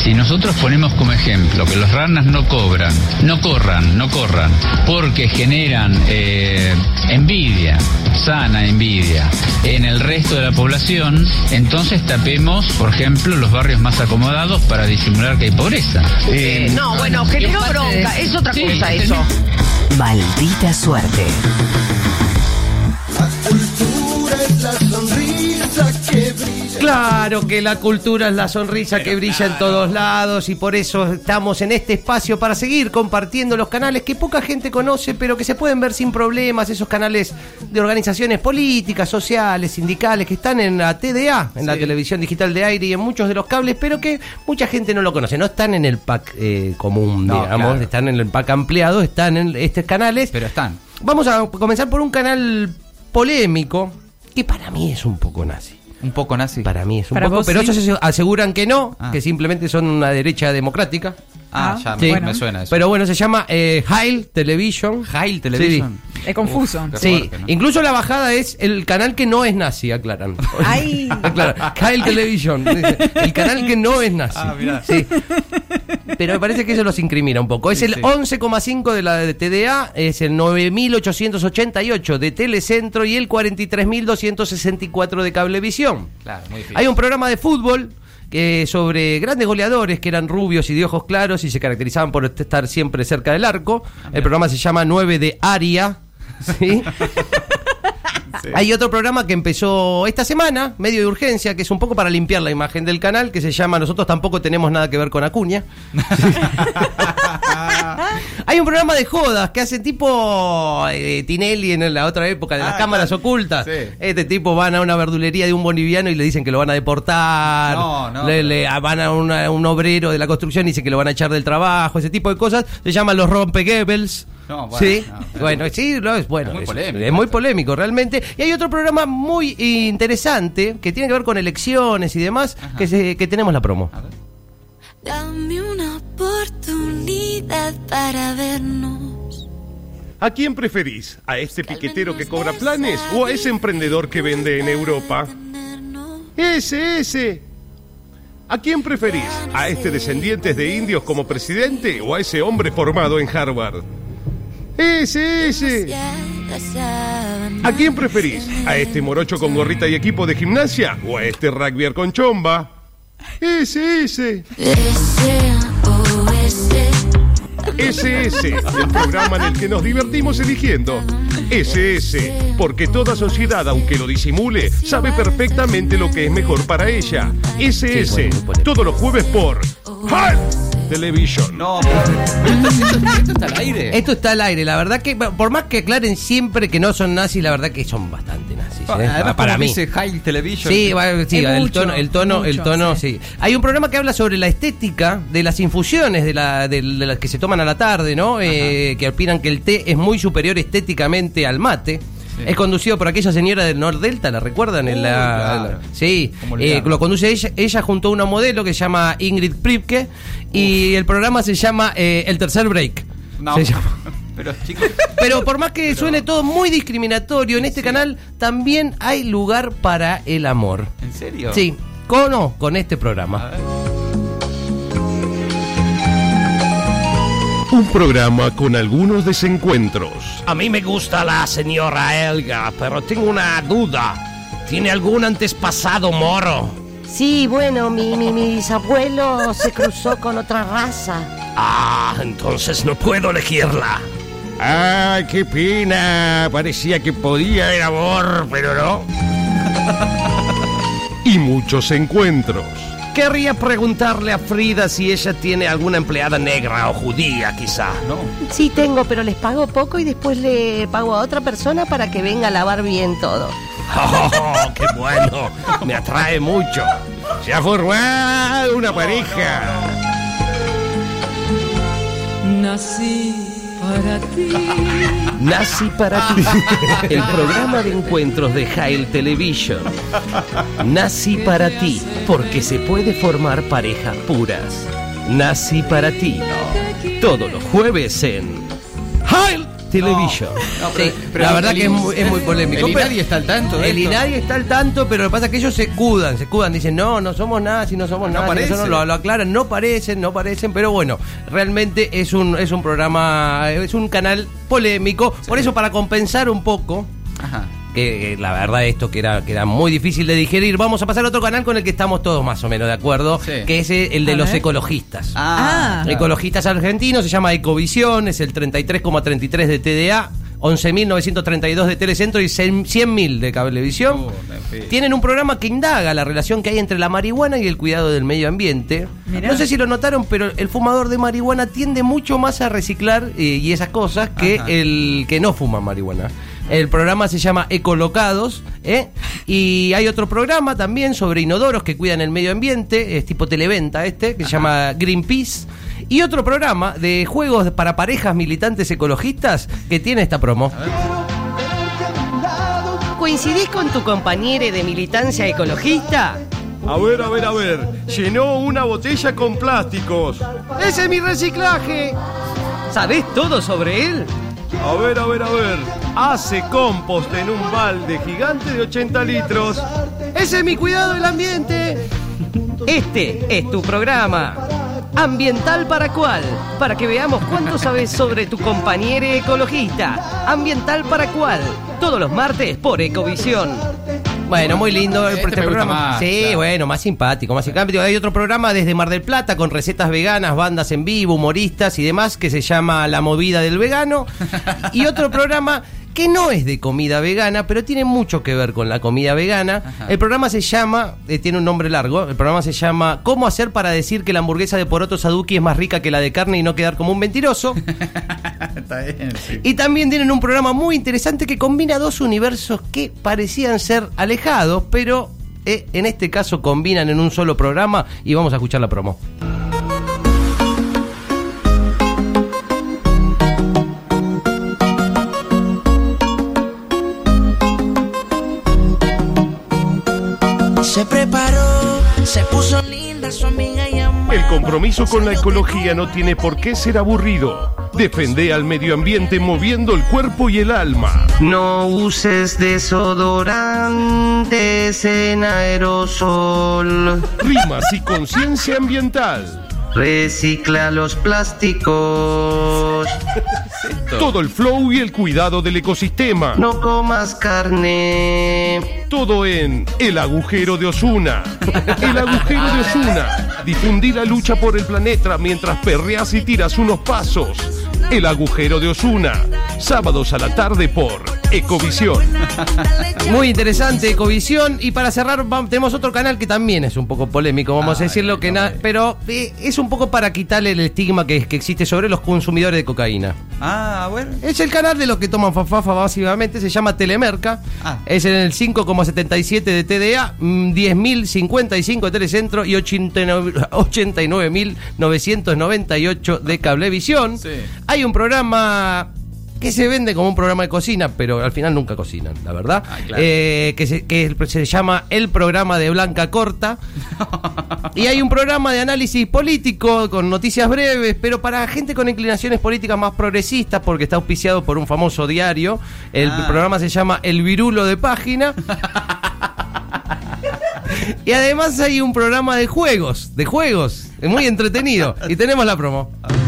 Si nosotros ponemos como ejemplo que los ranas no corran, porque generan envidia, sana envidia, en el resto de la población, entonces tapemos, por ejemplo, los barrios más acomodados para disimular que hay pobreza. No, bueno, generó bronca, es otra cosa eso. Maldita suerte. La cultura es la sonrisa que brilla. Claro que la cultura es la sonrisa que brilla en todos lados, y por eso estamos en este espacio para seguir compartiendo los canales que poca gente conoce, pero que se pueden ver sin problemas, esos canales de organizaciones políticas, sociales, sindicales, que están en la TDA, en la televisión digital de aire y en muchos de los cables, pero que mucha gente no lo conoce, no están en el pack común, No, digamos, claro. Están en el pack ampliado, están en estos canales. Pero están. Vamos a comenzar por un canal polémico, que para mí es un poco nazi. Un poco nazi. Para mí es un Para poco, vos, pero sí. ellos aseguran que no, Ah. que simplemente son una derecha democrática. Ya Sí. me suena eso. Pero bueno, se llama Heil Television. Heil Television. Es confuso. Qué Sí, fuerte, ¿no? incluso la bajada es el canal que no es nazi, aclaran. Ay. Aclaran. Heil Television, el canal que no es nazi. Ah, mirá. Sí. Pero me parece que eso los incrimina un poco. Es Sí, el sí. 11,5 de la de TDA, es el 9.888 de Telecentro y el 43.264 de Cablevisión. Claro, muy difícil. Hay un programa de fútbol sobre grandes goleadores que eran rubios y de ojos claros y se caracterizaban por estar siempre cerca del arco. El programa se llama 9 de Aria. ¿Sí? Sí. Hay otro programa que empezó esta semana, medio de urgencia, que es un poco para limpiar la imagen del canal, que se llama Nosotros tampoco tenemos nada que ver con Acuña. Hay un programa de jodas que hace tipo Tinelli en la otra época de las cámaras claro. ocultas. Sí. Este tipo van a una verdulería de un boliviano y le dicen que lo van a deportar. No, Van a un obrero de la construcción y dicen que lo van a echar del trabajo. Ese tipo de cosas se llaman los rompegebels. No, bueno, sí, no, bueno, sí, no, es bueno. Es muy Es polémico, muy esto. polémico realmente. Y hay otro programa muy interesante que tiene que ver con elecciones y demás, que tenemos la promo. A ver. Dame una oportunidad para vernos. ¿A quién preferís? ¿A este piquetero que cobra planes o a ese emprendedor que vende en Europa? Ese. ¿A quién preferís? ¿A este descendiente de indios como presidente o a ese hombre formado en Harvard? Ese. ¿A quién preferís? ¿A este morocho con gorrita y equipo de gimnasia o a este rugbyer con chomba? Ese. SS, el programa en el que nos divertimos eligiendo. SS, porque toda sociedad, aunque lo disimule, sabe perfectamente lo que es mejor para ella. SS, Sí, bueno, muy polémico. todos los jueves por Heil Television. No, pero ¿esto está al aire? Esto está al aire, la verdad que, por más que aclaren siempre que no son nazis, la verdad que son bastante nazis. Además, Para como mí. dice Heil Television. Sí, sí, Es el mucho, tono, sí. sí. Hay un programa que habla sobre la estética de las infusiones de las que se toman a la tarde, ¿no? Que opinan que el té es muy superior estéticamente al mate. Sí. Es conducido por aquella señora del Nordelta, ¿la recuerdan? Claro. Sí, ¿Cómo olvidarlo? lo conduce ella junto a una modelo que se llama Ingrid Pripke y el programa se llama El Tercer Break. No, Se llama. pero chicos, Pero por más que suene todo muy discriminatorio, en este canal también hay lugar para el amor. ¿en serio? Sí, con este A programa. ver. Un programa con algunos desencuentros. A mí me gusta la señora Elga, pero tengo una duda. ¿Tiene algún antepasado moro? Sí, bueno, mi bisabuelo se cruzó con otra raza. Ah, entonces no puedo elegirla. Ay, qué pena. Parecía que podía haber amor, pero no. Y muchos encuentros. Querría preguntarle a Frida si ella tiene alguna empleada negra o judía, quizá. No. Sí tengo, pero les pago poco y después le pago a otra persona para que venga a lavar bien todo. ¡Oh, qué bueno! Me atrae mucho. Se ha formado una pareja. Nací para ti. Nazi para ti. El programa de encuentros de Heil Television. Nazi para ti, porque se puede formar parejas puras. Nazi para ti. Todos los jueves en Heil Television. No, Sí, la verdad que es muy polémico. El INADI está al tanto de El esto. INADI está al tanto, pero lo que pasa es que ellos se escudan, dicen, no somos nazis, no somos nazis, parece. eso no lo aclaran, no parecen, pero bueno, realmente es un programa, es un canal polémico, por eso para compensar un poco, Ajá. que la verdad esto que era muy difícil de digerir, vamos a pasar a otro canal con el que estamos todos más o menos de acuerdo, Sí. que es el de los ecologistas. Claro. Ecologistas argentinos, se llama Ecovisión, es el 33,33 de TDA, 11.932 de Telecentro y 100.000 de Cablevisión. Tienen un programa que indaga la relación que hay entre la marihuana y el cuidado del medio ambiente. Mirá. No sé si lo notaron, pero el fumador de marihuana tiende mucho más a reciclar y esas cosas que Ajá. el que no fuma marihuana. El programa se llama Ecolocados, y hay otro programa también sobre inodoros que cuidan el medio ambiente, es tipo televenta que se llama Greenpeace. Y otro programa de juegos para parejas militantes ecologistas que tiene esta promo. ¿Coincidís con tu compañero de militancia ecologista? A ver. Llenó una botella con plásticos. ¡Ese es mi reciclaje! ¿Sabés todo sobre él? A ver. Hace compost en un balde gigante de 80 litros. ¡Ese es mi cuidado del ambiente! Este es tu programa. ¿Ambiental para cuál? Para que veamos cuánto sabes sobre tu compañero ecologista. ¿Ambiental para cuál? Todos los martes por Ecovisión. Bueno, muy lindo Este me gusta programa. más, Sí, claro. bueno, más simpático. Hay otro programa desde Mar del Plata con recetas veganas, bandas en vivo, humoristas y demás que se llama La Movida del Vegano. Y otro programa que no es de comida vegana, pero tiene mucho que ver con la comida vegana. Ajá. El programa se llama, tiene un nombre largo, el programa se llama ¿Cómo hacer para decir que la hamburguesa de poroto Saduki es más rica que la de carne y no quedar como un mentiroso? Está bien, sí. Y también tienen un programa muy interesante que combina dos universos que parecían ser alejados, pero en este caso combinan en un solo programa y vamos a escuchar la promo. Se preparó, se puso linda su amiga y amada. El compromiso con la ecología no tiene por qué ser aburrido. Defende al medio ambiente moviendo el cuerpo y el alma. No uses desodorantes en aerosol. Rimas y conciencia ambiental. Recicla los plásticos. Todo el flow y el cuidado del ecosistema. No comas carne. Todo en El Agujero de Osuna. El Agujero de Osuna. Difundí la lucha por el planeta mientras perreas y tiras unos pasos. El Agujero de Osuna. Sábados a la tarde por Ecovisión. Muy interesante, Ecovisión. Y para cerrar, tenemos otro canal que también es un poco polémico, vamos a decirlo, pero es un poco para quitarle el estigma que existe sobre los consumidores de cocaína. Bueno. Es el canal de los que toman fafafa, básicamente, se llama Telemerca. Es en el 5,77 de TDA, 10.055 de Telecentro y 89.998 de Cablevisión. Sí. Hay un programa que se vende como un programa de cocina, pero al final nunca cocinan, la verdad. Claro. Que se llama El Programa de Blanca Corta. Y hay un programa de análisis político con noticias breves, pero para gente con inclinaciones políticas más progresistas, porque está auspiciado por un famoso diario. El programa se llama El Virulo de Página. Y además hay un programa de juegos, es muy entretenido. Y tenemos la promo.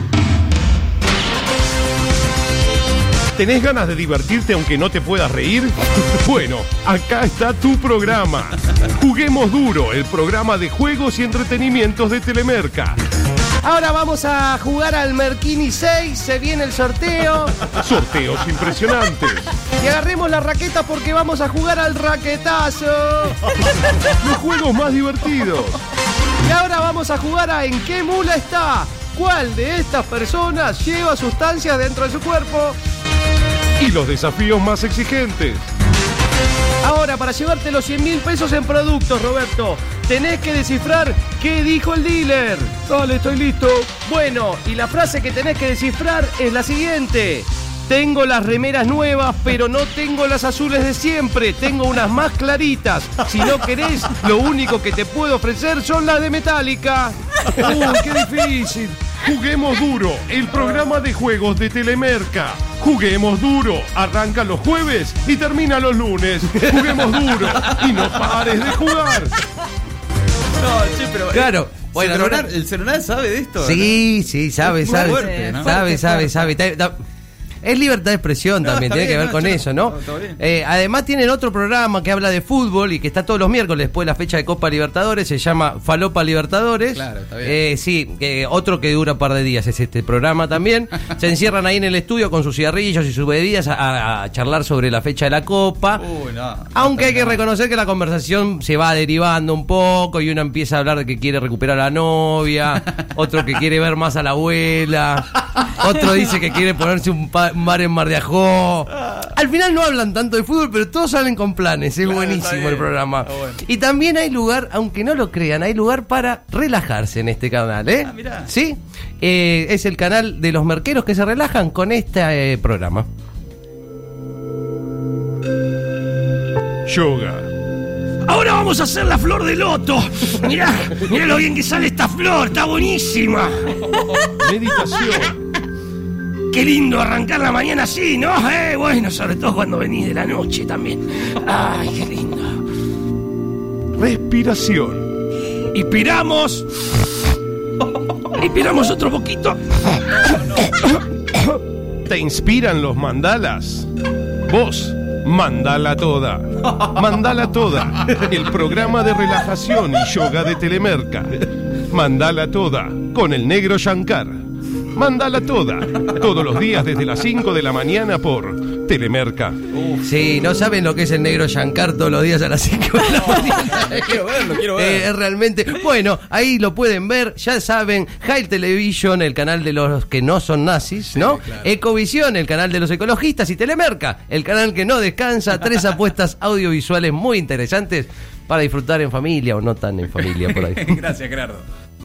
¿Tenés ganas de divertirte aunque no te puedas reír? Bueno, acá está tu programa. Juguemos Duro, el programa de juegos y entretenimientos de Telemerca. Ahora vamos a jugar al Merquini 6, se viene el sorteo. Sorteos impresionantes. Y agarremos la raqueta porque vamos a jugar al raquetazo. Los juegos más divertidos. Y ahora vamos a jugar a ¿En qué mula está? ¿Cuál de estas personas lleva sustancias dentro de su cuerpo? Y los desafíos más exigentes. Ahora, para llevarte los 100.000 pesos en productos, Roberto, tenés que descifrar qué dijo el dealer. Dale, estoy listo. Bueno, y la frase que tenés que descifrar es la siguiente. Tengo las remeras nuevas, pero no tengo las azules de siempre. Tengo unas más claritas. Si no querés, lo único que te puedo ofrecer son las de Metallica. ¡Qué difícil! Juguemos Duro, el programa de juegos de Telemerca. Juguemos Duro, arranca los jueves y termina los lunes. Juguemos Duro y no pares de jugar. No, che, pero. Claro. Bueno, ¿El celular sabe de esto? Sí, sí, sabe. Fuerte, ¿no? Sabe. Es libertad de expresión también, tiene que ver con eso, ¿no? Además tienen otro programa que habla de fútbol y que está todos los miércoles después de la fecha de Copa Libertadores, se llama Falopa Libertadores. Claro, está bien. Sí, otro que dura un par de días es este programa también. Se encierran ahí en el estudio con sus cigarrillos y sus bebidas a charlar sobre la fecha de la Copa. Aunque hay que reconocer que la conversación se va derivando un poco y uno empieza a hablar de que quiere recuperar a la novia, otro que quiere ver más a la abuela, otro dice que quiere ponerse un bar en Mar de Ajó. Al final no hablan tanto de fútbol, pero todos salen con planes. Es buenísimo el programa. Bueno. Y también hay lugar, aunque no lo crean, hay lugar para relajarse en este canal, ¿eh? Mirá. ¿Sí? Es el canal de los merqueros que se relajan con este programa. Yoga. Ahora vamos a hacer la flor de loto. Mirá lo bien que sale esta flor, está buenísima. Meditación. Qué lindo arrancar la mañana así, ¿no? Bueno, sobre todo cuando venís de la noche también. Ay, qué lindo. Respiración. Inspiramos. Inspiramos otro poquito. ¿Te inspiran los mandalas? Vos, mandala toda. Mandala toda. El programa de relajación y yoga de Telemerca. Mandala toda con el negro Shankar. Mándala toda, todos los días desde las 5 de la mañana por Telemerca. Sí, no saben lo que es el negro Shankar todos los días a las 5 de la mañana. Quiero verlo. Es realmente... Bueno, ahí lo pueden ver, ya saben, High Television, el canal de los que no son nazis, ¿no? Claro. Ecovisión, el canal de los ecologistas, y Telemerca, el canal que no descansa. 3 apuestas audiovisuales muy interesantes para disfrutar en familia o no tan en familia por ahí. Gracias, Gerardo.